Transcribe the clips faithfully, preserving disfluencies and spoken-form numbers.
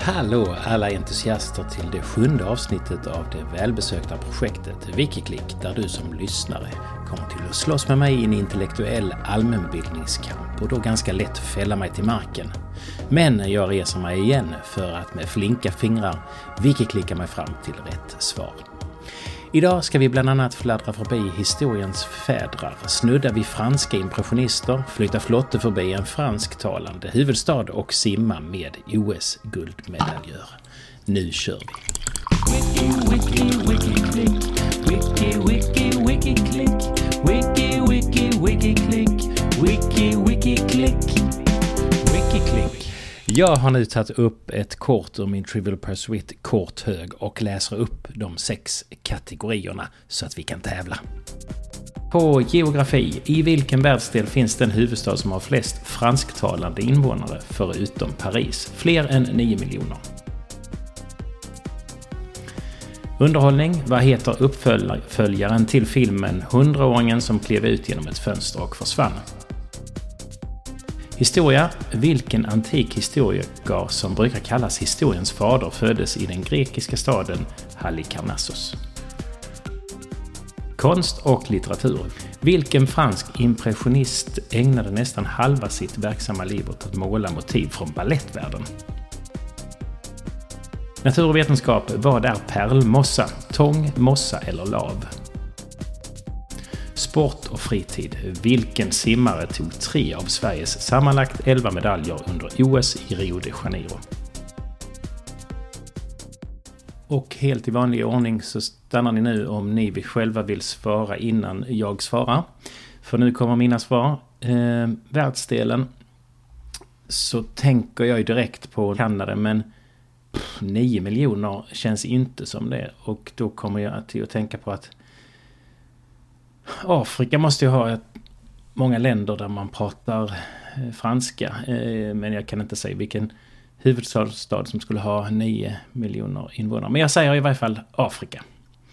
Hallå alla entusiaster till det sjunde avsnittet av det välbesökta projektet Wikiklick, där du som lyssnare kommer till att slåss med mig i en intellektuell allmänbildningskamp och då ganska lätt fälla mig till marken. Men jag reser mig igen för att med flinka fingrar wikiklicka mig fram till rätt svar. Idag ska vi bland annat fladdra förbi historiens fädrar, snudda vid franska impressionister, flytta flotte förbi en fransktalande huvudstad och simma med O S-guldmedaljör. Nu kör vi! Wiki, wiki, wiki, klick. Wiki, wiki, wiki, klick. Wiki, wiki, wiki, klick. Wiki, wiki, klick. Wiki, klick. Jag har nu tagit upp ett kort ur min Trivial Pursuit korthög och läser upp de sex kategorierna så att vi kan tävla. På geografi, i vilken världsdel finns den huvudstad som har flest fransktalande invånare förutom Paris? Fler än nio miljoner. Underhållning, vad heter uppföljaren till filmen Hundraåringen som klev ut genom ett fönster och försvann? Historia, vilken antik historiker som brukar kallas historiens fader föddes i den grekiska staden Halikarnassos. Konst och litteratur, vilken fransk impressionist ägnade nästan halva sitt verksamma liv åt att måla motiv från ballettvärlden. Natur och vetenskap, vad är pärlmossa, tång, mossa eller lav? Sport och fritid. Vilken simmare tog tre av Sveriges sammanlagt elva medaljer under O S i Rio de Janeiro? Och helt i vanlig ordning så stannar ni nu om ni själva vill svara innan jag svarar. För nu kommer mina svar. Eh, världsdelen så tänker jag ju direkt på Kanada, men pff, nio miljoner känns inte som det. Och då kommer jag till att tänka på att Afrika måste ju ha ett, många länder där man pratar eh, franska, eh, men jag kan inte säga vilken huvudstad som skulle ha nio miljoner invånare. Men jag säger i varje fall Afrika.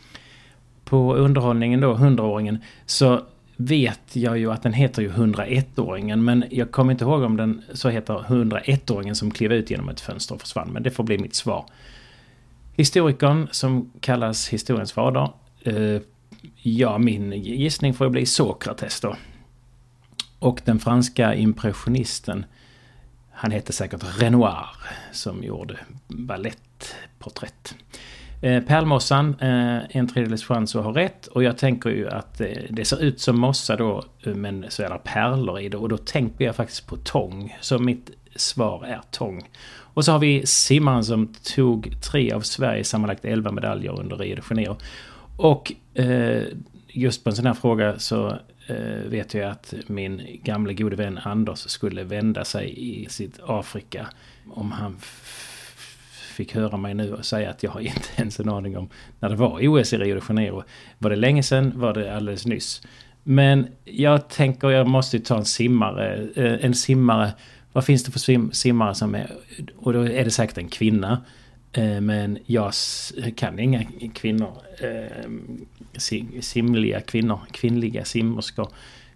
På underhållningen då, hundraåringen, så vet jag ju att den heter ju hundraettåringen, men jag kommer inte ihåg om den så heter hundraettåringen som klev ut genom ett fönster och försvann, men det får bli mitt svar. Historikern som kallas historiens fader, eh, ja, min gissning får bli Sokrates då. Och den franska impressionisten, han heter säkert Renoir, som gjorde ballettporträtt. Eh, Pärlmossan, eh, en tredjedels chans att ha rätt. Och jag tänker ju att eh, det ser ut som mossa då, men så är det pärlor i det. Och då tänker jag faktiskt på tång. Så mitt svar är tång. Och så har vi simmaren som tog tre av Sveriges sammanlagt elva medaljer under Rio de Janeiro. Och eh, just på en sån här fråga så eh, vet jag att min gamla gode vän Anders skulle vända sig i sitt Afrika om han f- fick höra mig nu och säga att jag har inte ens en aning om när det var O S i Rio de Janeiro. Var det länge sedan? Var det alldeles nyss? Men jag tänker jag måste ta en simmare. Eh, en simmare, vad finns det för sim- simmare som är, och då är det säkert en kvinna. Men jag kan inga kvinnor, eh, simliga kvinnor, kvinnliga simmerskor,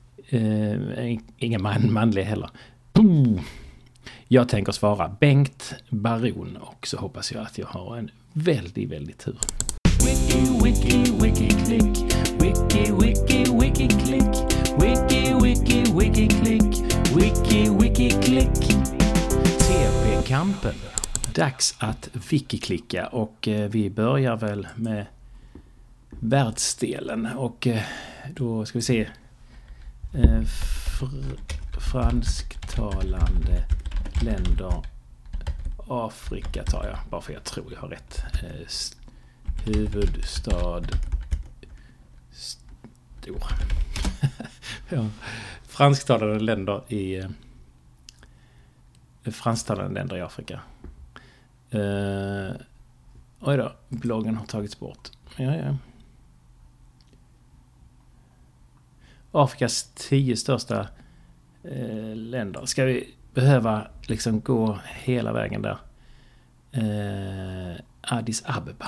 eh, inga man, manliga heller. Jag tänker svara Bengt Baron, och så hoppas jag att jag har en väldigt, väldigt tur. Wiki, wiki, wiki, klick. Wiki, wiki, wiki, klick. Wiki, wiki, wiki, klick. Wiki, wiki, klick. T P-kampen. Dags att wikiklicka, och eh, vi börjar väl med världsdelen, och eh, då ska vi se eh, fr- fransktalande länder. Afrika tar jag, bara för jag tror jag har rätt. Eh, st- huvudstad stor. Ja. Fransktalande länder i eh, fransktalande länder i Afrika. Uh, oj då, bloggen har tagits bort. Ja, ja. Afrikas tio största uh, länder. Ska vi behöva liksom gå hela vägen där? Uh, Addis Abeba.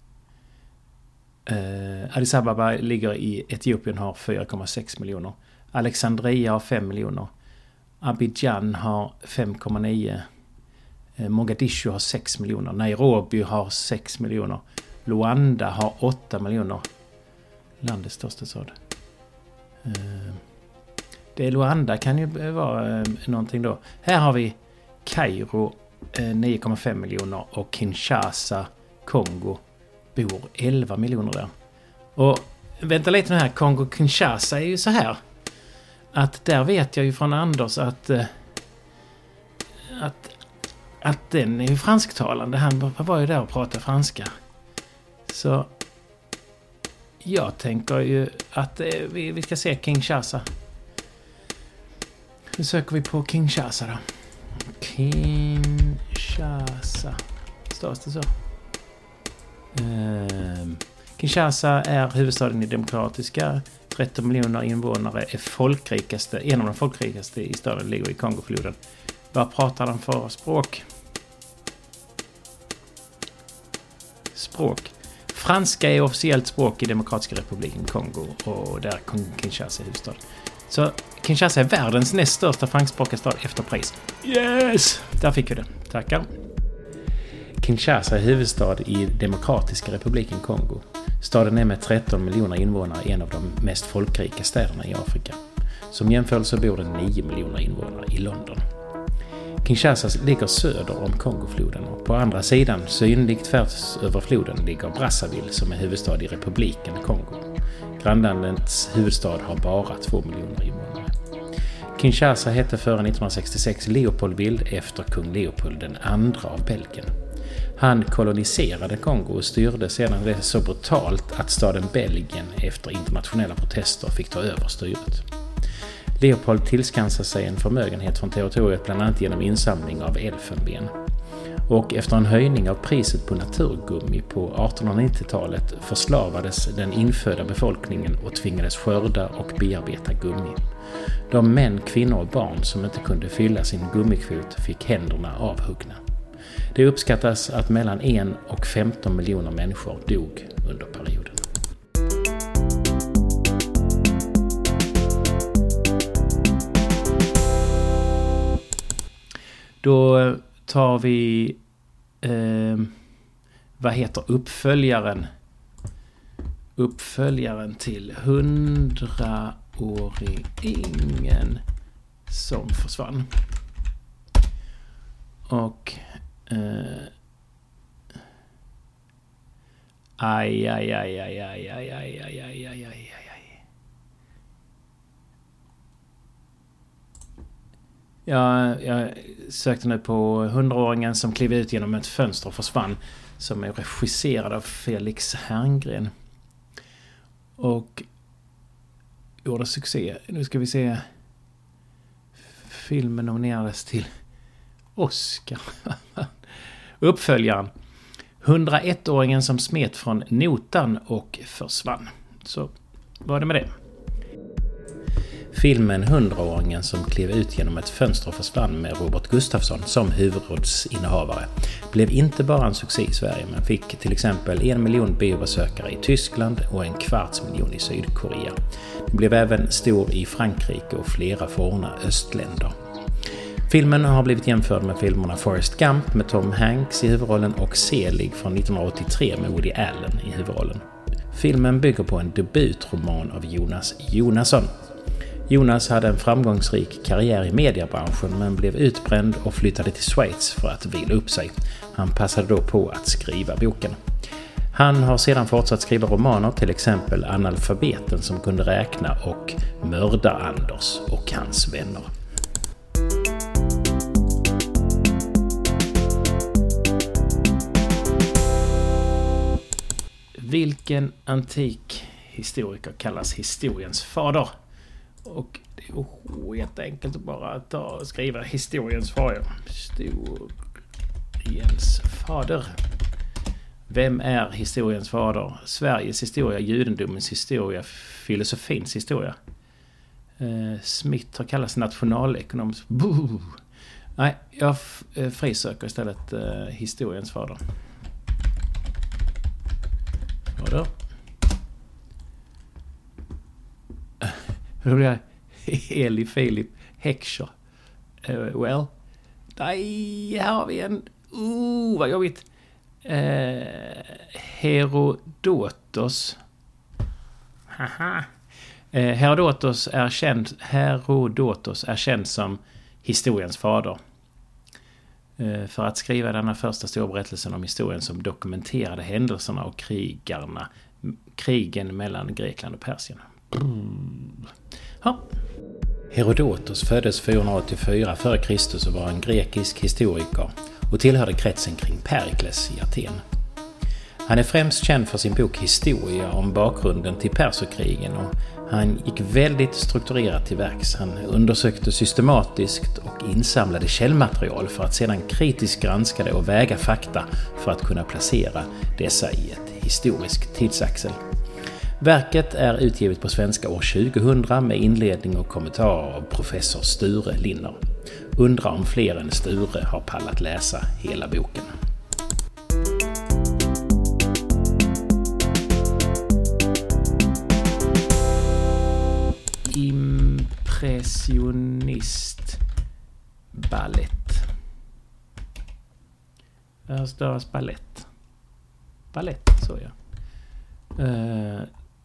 Uh, Addis Abeba ligger i Etiopien, har fyra komma sex miljoner. Alexandria har fem miljoner. Abidjan har fem komma nio. Mogadishu har sex miljoner. Nairobi har sex miljoner. Luanda har åtta miljoner. Landets största stad. Det är Luanda kan ju vara någonting då. Här har vi Kairo nio komma fem miljoner och Kinshasa, Kongo, bor elva miljoner där. Och vänta lite nu här, Kongo-Kinshasa är ju så här. Att där vet jag ju från Anders att att, att den är ju fransktalande. Han var ju där och pratade franska. Så jag tänker ju att vi, vi ska se Kinshasa. Nu söker vi på Kinshasa då. Kinshasa. Stavas det så? Ehm, Kinshasa är huvudstaden i Demokratiska. tretton miljoner invånare, är folkrikaste, en av de folkrikaste i staden, ligger i Kongofloden. Vad pratar de för språk? Språk. Franska är officiellt språk i Demokratiska republiken Kongo och där Kinshasa är huvudstad. Så Kinshasa är världens näst största franskspråkiga stad efter Paris. Yes! Där fick vi det. Tackar. Kinshasa är huvudstad i Demokratiska republiken Kongo. Staden är med tretton miljoner invånare en av de mest folkrika städerna i Afrika. Som jämförelse bor det nio miljoner invånare i London. Kinshasa ligger söder om Kongofloden och på andra sidan, synligt tvärs över floden, ligger Brazzaville som är huvudstad i republiken Kongo. Grannlandets huvudstad har bara två miljoner invånare. Kinshasa hette före nittonhundrasextiosex Leopoldville efter kung Leopold den andra av Belgien. Han koloniserade Kongo och styrde sedan det så brutalt att staden Belgien efter internationella protester fick ta över styret. Leopold tillskansade sig en förmögenhet från territoriet bland annat genom insamling av elfenben. Och efter en höjning av priset på naturgummi på artonhundranittiotalet förslavades den infödda befolkningen och tvingades skörda och bearbeta gummi. De män, kvinnor och barn som inte kunde fylla sin gummikvot fick händerna avhuggna. Det uppskattas att mellan en och femton miljoner människor dog under perioden. Då tar vi eh, vad heter uppföljaren? Uppföljaren till hundraåringen som försvann. Och eh, aj, aj, aj, aj, aj, aj, aj, aj, aj, aj, aj, aj. Jag, jag sökte nu på hundraåringen som klev ut genom ett fönster och försvann, som är regisserad av Felix Herngren. Och gjorde succé. Nu ska vi se. Filmen nominerades till Oscar. Uppföljaren. hundraettåringen som smet från notan och försvann. Så vad är det med det? Filmen hundraåringen som klev ut genom ett fönster och försvann med Robert Gustafsson som huvudrollsinnehavare blev inte bara en succé i Sverige men fick till exempel en miljon biobesökare i Tyskland och en kvarts miljon i Sydkorea. Det blev även stor i Frankrike och flera forna östländer. Filmen har blivit jämförd med filmerna Forrest Gump med Tom Hanks i huvudrollen och Selig från nittonhundraåttiotre med Woody Allen i huvudrollen. Filmen bygger på en debutroman av Jonas Jonasson. Jonas hade en framgångsrik karriär i mediebranschen men blev utbränd och flyttade till Schweiz för att vila upp sig. Han passade då på att skriva boken. Han har sedan fortsatt skriva romaner, till exempel Analfabeten som kunde räkna och Mördar-Anders och hans vänner. Vilken antik historiker kallas historiens fader? Och det är ju jätteenkelt att bara ta och skriva historiens fader. Historiens fader. Vem är historiens fader? Sveriges historia, judendomens historia, filosofins historia. Eh, Smith har kallats nationalekonom. Boo! Nej, jag f- frisöker istället eh, historiens fader. Fader. Hur blir det? Eli Philip Heckscher. Uh, well, Aj, här har vi en... Oh, vad jobbigt. Eh, Herodotos. Haha. Eh, Herodotos är känd, Herodotos är känd som historiens fader. Eh, för att skriva denna första stora berättelsen om historien som dokumenterade händelserna och krigarna, krigen mellan Grekland och Persien. Mm. Ja. Herodotos föddes fyrahundraåttiofyra före Kristus och var en grekisk historiker och tillhörde kretsen kring Perikles i Aten. Han är främst känd för sin bok Historia om bakgrunden till perserkrigen och han gick väldigt strukturerat till verks. Han undersökte systematiskt och insamlade källmaterial för att sedan kritiskt granska det och väga fakta för att kunna placera dessa i ett historiskt tidsaxel. Verket är utgivet på svenska år tjugohundra med inledning och kommentarer av professor Sture Linner. Undrar om fler än Sture har pallat läsa hela boken. Impressionist ballett. Här stavas ballett. Ballett, så ja. Uh,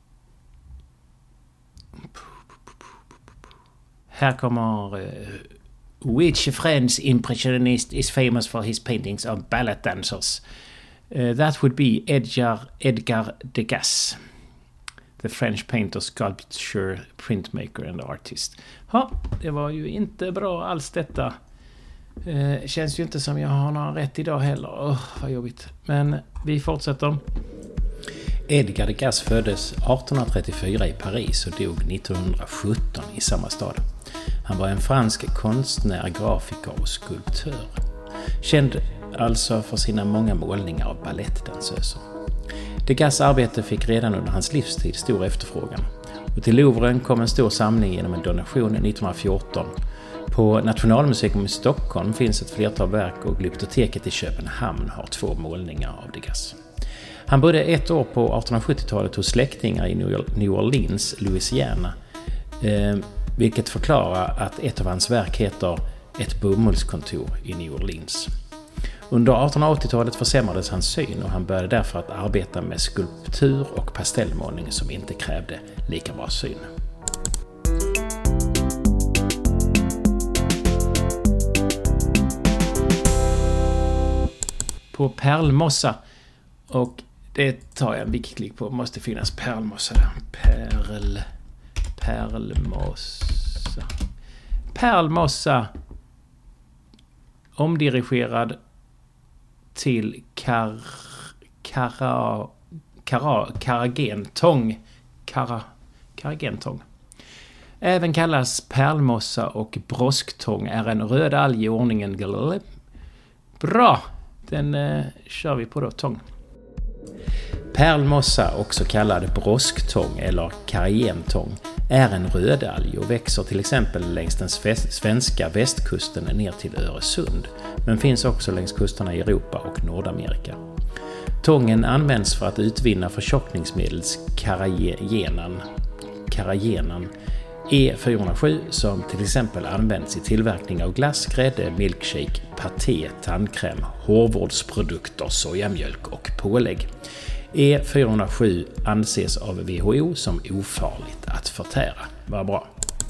här kommer uh, which French impressionist is famous for his paintings of ballet dancers? Uh, that would be Edgar, Edgar Degas, the French painter, sculpture, printmaker and artist. Ja, det var ju inte bra alls detta. Uh, känns ju inte som jag har någon rätt idag heller. Oh, vad jobbigt. Men vi fortsätter. Edgar Degas föddes artonhundratrettiofyra i Paris och dog nittonhundrasjutton i samma stad. Han var en fransk konstnär, grafiker och skulptör. Känd alltså för sina många målningar av ballettdansöser. Degas arbete fick redan under hans livstid stor efterfrågan. Och till Louvren kom en stor samling genom en donation nittonhundrafjorton. På Nationalmuseum i Stockholm finns ett flertal verk och Glyptoteket i Köpenhamn har två målningar av Degas. Han bodde ett år på artonhundrasjuttiotalet hos släktingar i New Orleans, Louisiana, eh, vilket förklarar att ett av hans verk heter Ett bomullskontor i New Orleans. Under artonhundraåttiotalet försämrades hans syn och han började därför att arbeta med skulptur och pastellmålning som inte krävde lika bra syn. På pärlmossa, och det tar jag en wiki-klick på, måste finnas pärlmossa där. Pärl, pärlmossa. Pärlmossa omdirigerad till kar, kara, kara, karagentång. Kara, karagentång. Även kallas pärlmossa och brosktång är en röd alg i ordningen. Bra! Den eh, kör vi på då, tång. Pärlmossa, också kallad brosktång eller karagentång, är en rödalg och växer till exempel längs den svenska västkusten ner till Öresund, men finns också längs kusterna i Europa och Nordamerika. Tången används för att utvinna förtjockningsmedels karagenan, karagenan E fyrahundrasju som till exempel används i tillverkning av glass, grädde, milkshake, paté, tandkräm, hårvårdsprodukter, sojamjölk och pålägg. E fyrahundrasju anses av W H O som ofarligt att förtära. Vad bra.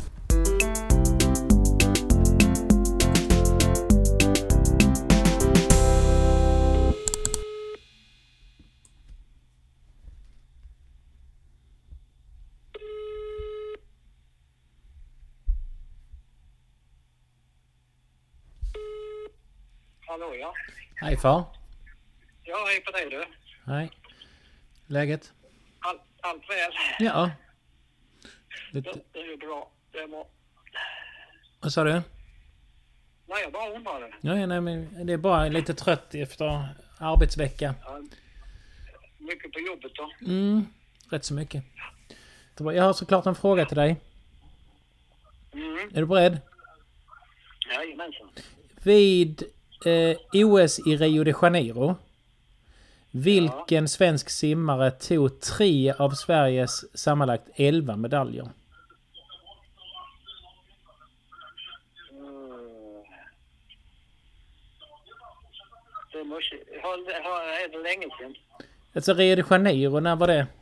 Hallå, ja. Hej far. Ja, hej på dig du. Hej. Läget? All, allt väl? Ja. Lite... Det, det är ju bra. Det är bra. Vad sa du? Nej, jag bara undrade. Ja, nej, men det är bara lite trött efter arbetsvecka. Ja, mycket på jobbet då? Mm, rätt så mycket. Jag har såklart en fråga till dig. Mm. Är du beredd? Jajamensan. Vid eh, O S i Rio de Janeiro, vilken ja. svensk simmare tog tre av Sveriges sammanlagt elva medaljer? Mm. det måste... Har, har, är det länge sedan? Alltså Rio de Janeiro, när var det?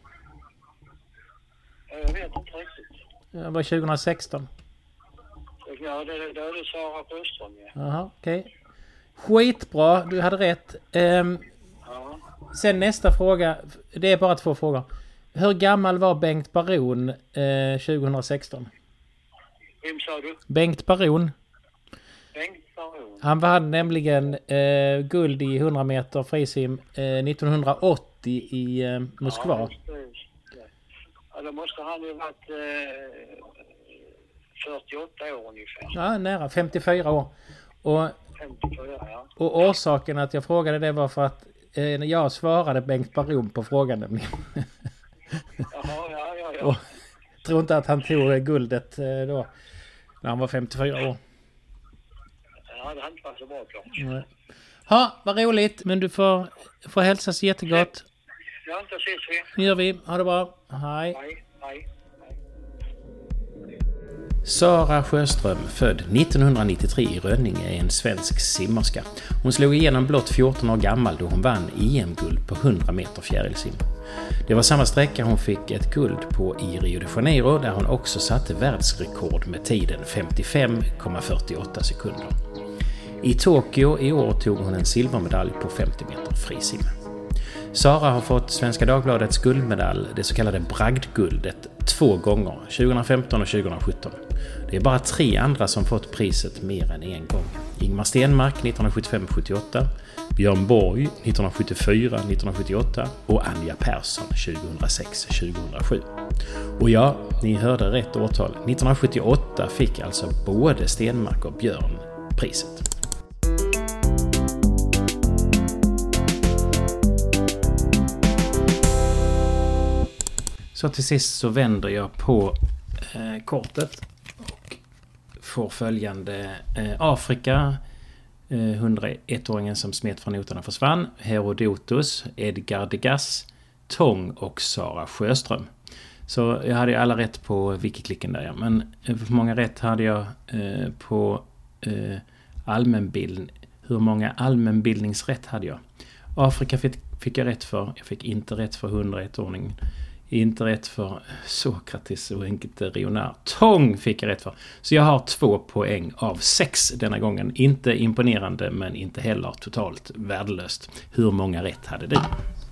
Jag vet inte riktigt. Det var tjugohundrasexton. Ja, det, det är det Sara Sjöström, ja. Jaha, okej. Okay. Skitbra, du hade rätt. Um, Ja. sen nästa fråga, det är bara två frågor. Hur gammal var Bengt Baron eh, tjugohundrasexton? Vem sa du? Bengt Baron. Bengt Baron. Han vann nämligen eh, guld i hundra meter frisim eh, nittonhundraåttio i eh, Moskva. Ja, just det, just det. Ja, då måste han ju varit eh, fyrtioåtta år ungefär. Ja, nära. femtiofyra år. Och, femtiofyra, ja. och orsaken att jag frågade det var för att eh, jag svarade Bengt Baron på frågan nämligen. Jaha, ja, ja, ja. Och tror inte att han tog guldet eh, då när han var femtiofyra år. Ja, det hade inte varit så bra klart. Nej. Ha, vad roligt. Men du får, får hälsa så jättegott. Ja, då ses vi. Det gör vi. Ha det bra. Hej. Hej, hej. Sara Sjöström, född nittonhundranittiotre i Rönninge, är en svensk simmerska. Hon slog igenom blott fjorton år gammal då hon vann E M-guld på hundra meter fjärilsim. Det var samma sträcka hon fick ett guld på i Rio de Janeiro, där hon också satte världsrekord med tiden femtiofem komma fyrtioåtta sekunder. I Tokyo i år tog hon en silvermedalj på femtio meter frisim. Sara har fått Svenska Dagbladets guldmedalj, det så kallade bragdguldet, två gånger, tjugohundrafemton och tjugohundrasjutton. Det är bara tre andra som fått priset mer än en gång. Ingmar Stenmark nittonhundrasjuttiofem sjuttioåtta, Björn Borg nittonhundrasjuttiofyra nittonhundrasjuttioåtta och Anja Persson tjugohundrasex tjugohundrasju. Och ja, ni hörde rätt årtal. nittonhundrasjuttioåtta fick alltså både Stenmark och Björn priset. Så till sist så vänder jag på eh, kortet och får följande eh, Afrika, eh, hundraettåringen som smet från noterna försvann, Herodotus, Edgar Degas, Tång och Sara Sjöström. Så jag hade ju alla rätt på wikiklicken där, ja. Men hur många rätt hade jag eh, på eh, allmänbildning? Hur många allmänbildningsrätt hade jag? Afrika fick, fick jag rätt för, jag fick inte rätt för hundraettåringen. Inte rätt för Sokrates och inte Leonard. Tång fick jag rätt för. Så jag har två poäng av sex denna gången. Inte imponerande, men inte heller totalt värdelöst. Hur många rätt hade du?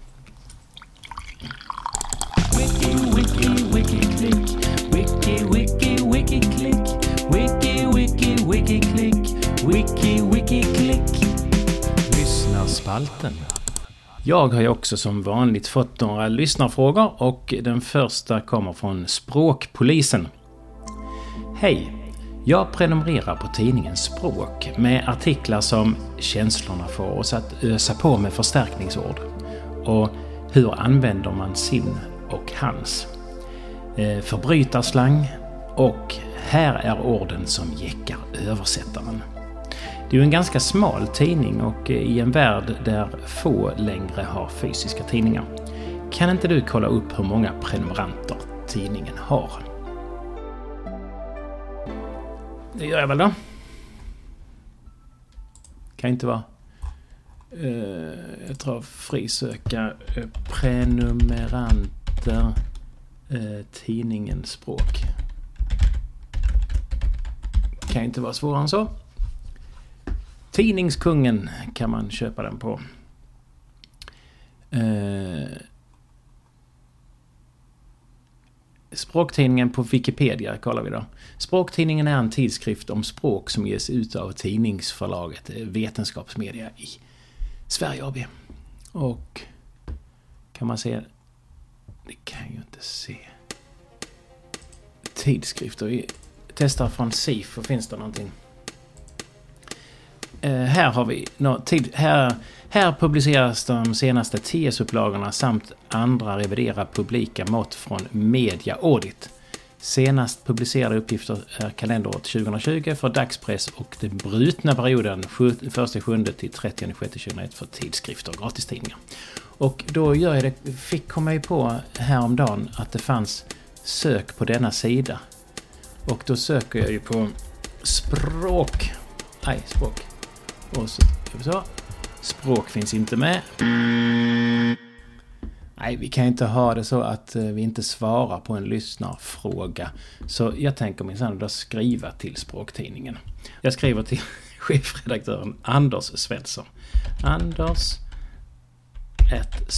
Wiki, wiki, wiki, klick. Wiki, wiki, wiki, klick. Wiki, wiki, wiki, klick. Wiki, wiki, klick. Lyssnarspalten. Jag har ju också som vanligt fått några lyssnarfrågor och den första kommer från Språkpolisen. Hej, jag prenumererar på tidningen Språk med artiklar som känslorna får oss att ösa på med förstärkningsord och hur använder man sin och hans, förbrytarslang och här är orden som jäckar översättaren. Det är ju en ganska smal tidning och i en värld där få längre har fysiska tidningar. Kan inte du kolla upp hur många prenumeranter tidningen har? Det gör jag väl då. Kan inte vara. Uh, jag tror frisöka uh, prenumeranter uh, tidningen Språk. Kan inte vara svårare än så. Tidningskungen kan man köpa den på. Eh, språktidningen på Wikipedia kollar vi då. Språktidningen är en tidskrift om språk som ges ut av tidningsförlaget Vetenskapsmedia i Sverige A B. Och kan man se, det kan jag ju inte se. Tidskrifter. Vi testar från SIFO, finns det någonting? Uh, här har vi no, tid, här, här publiceras de senaste T S-upplagorna samt andra reviderade publika mått från Media Audit. Senast publicerade uppgifter är kalenderåret tjugohundratjugo för dagspress och den brutna perioden första sjunde till trettionde sjätte tjugohundraett för tidskrifter och gratistidningar. Och då gör jag det, fick komma på häromdagen att det fanns sök på denna sida. Och då söker jag ju på språk. Nej, språk. Och så, så. Språk finns inte med. Nej, vi kan inte ha det så att vi inte svarar på en lyssnarfråga. Så jag tänker minsann då skriva till Språktidningen. Jag skriver till chefredaktören Anders Svensson. Anders at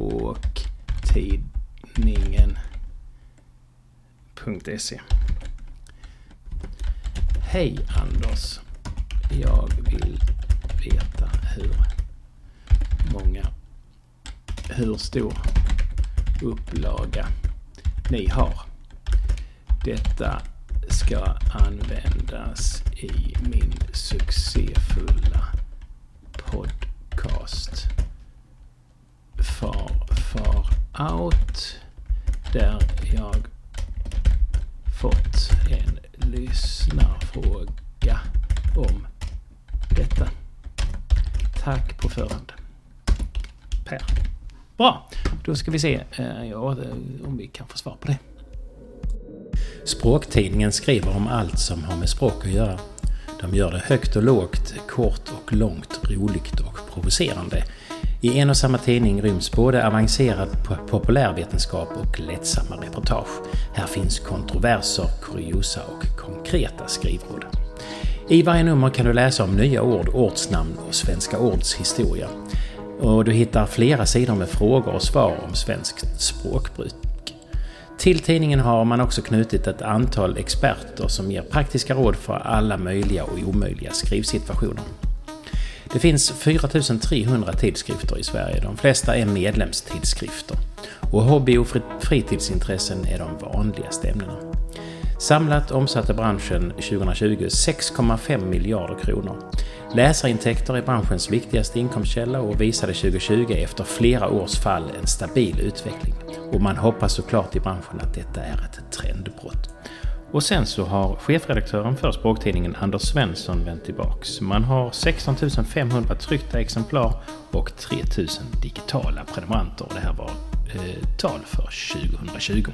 språktidningen punkt se. Hej Anders. Jag vill veta hur många, hur stor upplaga ni har. Detta ska användas i min succéfulla podcast Far, far out, där jag fått en lyssnarfråga om detta. Tack på förhand. Per. Bra, då ska vi se ja, om vi kan få svar på det. Språktidningen skriver om allt som har med språk att göra. De gör det högt och lågt, kort och långt, roligt och provocerande. I en och samma tidning ryms både avancerad populärvetenskap och lättsamma reportage. Här finns kontroverser, kuriosa och konkreta skrivråd. I varje nummer kan du läsa om nya ord, ordsnamn och svenska ords historia. Och du hittar flera sidor med frågor och svar om svenskt språkbruk. Till tidningen har man också knutit ett antal experter som ger praktiska råd för alla möjliga och omöjliga skrivsituationer. Det finns fyra tusen trehundra tidskrifter i Sverige. De flesta är medlemstidskrifter. Och hobby- och fritidsintressen är de vanligaste ämnena. Samlat omsatte branschen tjugohundratjugo sex komma fem miljarder kronor. Läsarintäkter är branschens viktigaste inkomstkälla och visade tjugohundratjugo efter flera års fall en stabil utveckling. Och man hoppas såklart i branschen att detta är ett trendbrott. Och sen så har chefredaktören för Språktidningen Anders Svensson vänt tillbaks. Man har sexton tusen femhundra tryckta exemplar och tre tusen digitala prenumeranter. Och det här var eh, tal för tjugohundratjugo.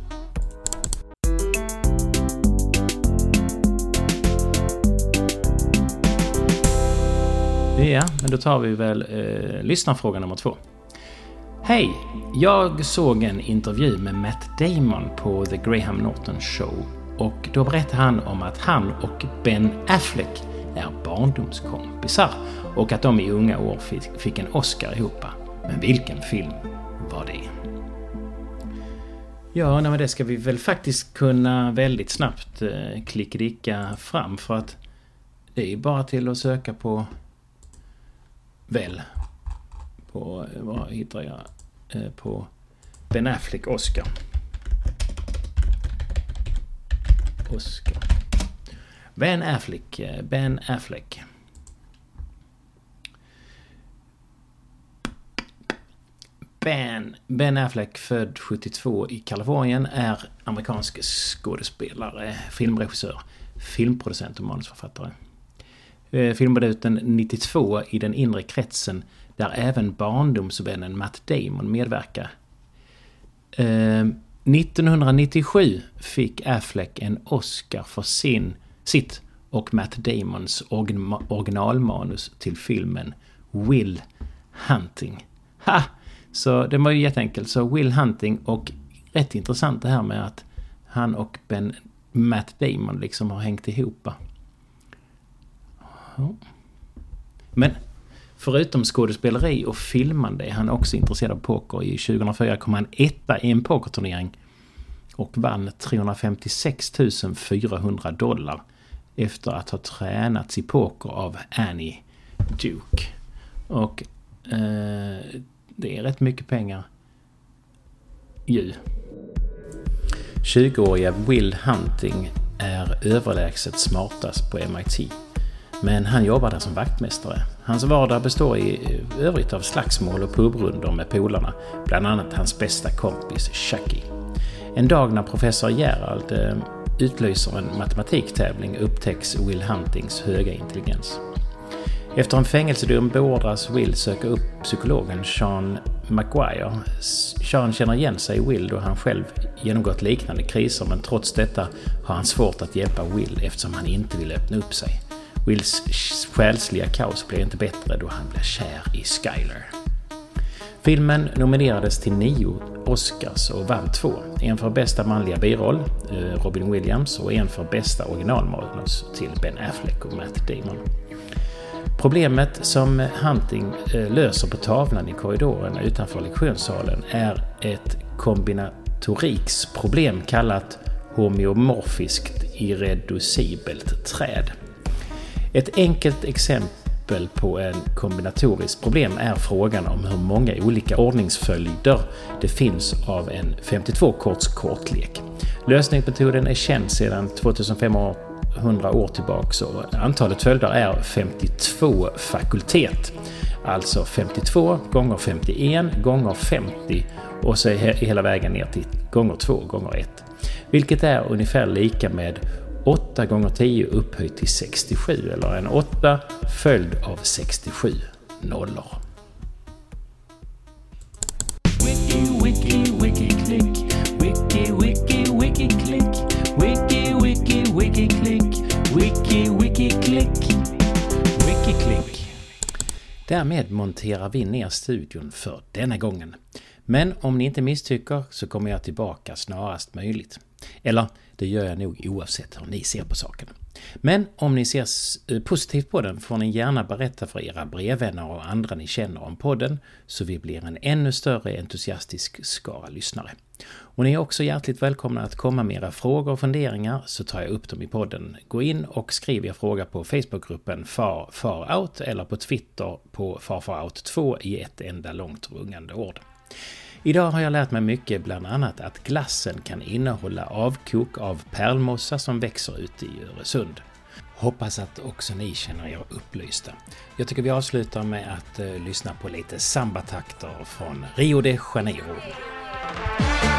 Ja, men då tar vi väl eh, lyssnarfråga nummer två. Hej, jag såg en intervju med Matt Damon på The Graham Norton Show. Och då berättade han om att han och Ben Affleck är barndomskompisar. Och att de i unga år fick, fick en Oscar ihop. Men vilken film var det? Ja, nej, men det ska vi väl faktiskt kunna väldigt snabbt eh, klicka fram. För att det är bara till att söka på väl. På, vad hittar jag? Eh, på Ben Affleck Oscar. Oscar. Ben Affleck. Ben Affleck. Ben, Ben Affleck, född sjuttiotvå i Kalifornien, är amerikansk skådespelare, filmregissör, filmproducent och manusförfattare. Filmdebuten nittiotvå i Den inre kretsen, där även barndomsvännen Matt Damon medverkar. Eh, nittonhundranittiosju fick Affleck en Oscar för sin, sitt och Matt Damons originalmanus till filmen Will Hunting. Ha! Så det var ju jätteenkelt. Så Will Hunting, och rätt intressant det här med att han och Ben, Matt Damon liksom har hängt ihop. Ja. Men förutom skådespeleri och filmande är han också intresserad av poker. I tjugohundrafyra kom han etta i en pokerturnering och vann trehundrafemtiosex tusen fyrahundra dollar efter att ha tränats i poker av Annie Duke. Och eh, det är rätt mycket pengar ju. tjugoåriga Will Hunting är överlägset smartast på M I T. Men han jobbar där som vaktmästare. Hans vardag består i övrigt av slagsmål och pubrundor med polarna. Bland annat hans bästa kompis Chucky. En dag när professor Gerald eh, utlyser en matematiktävling upptäcks Will Huntings höga intelligens. Efter en fängelsedom beordras Will söka upp psykologen Sean Maguire. Sean känner igen sig i Will då han själv genomgått liknande kriser, men trots detta har han svårt att hjälpa Will eftersom han inte vill öppna upp sig. Wills själsliga kaos blir inte bättre då han blir kär i Skyler. Filmen nominerades till nio Oscars och vann två. En för bästa manliga biroll, Robin Williams, och en för bästa originalmanus till Ben Affleck och Matt Damon. Problemet som Hunting löser på tavlan i korridorerna utanför lektionssalen är ett kombinatoriksproblem kallat homeomorfiskt irreducibelt träd. Ett enkelt exempel på en kombinatoriskt problem är frågan om hur många olika ordningsföljder det finns av en femtiotvå-korts kortlek. Lösningsmetoden är känd sedan tjugofemhundra år tillbaka och antalet följder är femtiotvå fakultet. Alltså femtiotvå gånger femtioen gånger femtio och så hela vägen ner till gånger två gånger ett. Vilket är ungefär lika med åtta gånger tio upphöjt till sextiosju eller en åtta följd av sextiosju nollor. Wiki, wiki, wiki, klick. Wiki, wiki, wiki, klick. Wiki, wiki, wiki, klick. Wiki, wiki, klick. Wiki, klick. Därmed monterar vi ner studion för denna gången. Men om ni inte misstycker så kommer jag tillbaka snarast möjligt. Eller det gör jag nog oavsett hur ni ser på saken. Men om ni ser positivt på den får ni gärna berätta för era brevvänner och andra ni känner om podden så vi blir en ännu större entusiastisk skara lyssnare. Och ni är också hjärtligt välkomna att komma med era frågor och funderingar så tar jag upp dem i podden. Gå in och skriv er fråga på Facebookgruppen Far Far Out eller på Twitter på Far Far Out två i ett enda långt rungande ord. Idag har jag lärt mig mycket, bland annat att glassen kan innehålla avkok av pärlmossa som växer ute i Öresund. Hoppas att också ni känner er upplysta. Jag tycker vi avslutar med att uh, lyssna på lite sambatakter från Rio de Janeiro.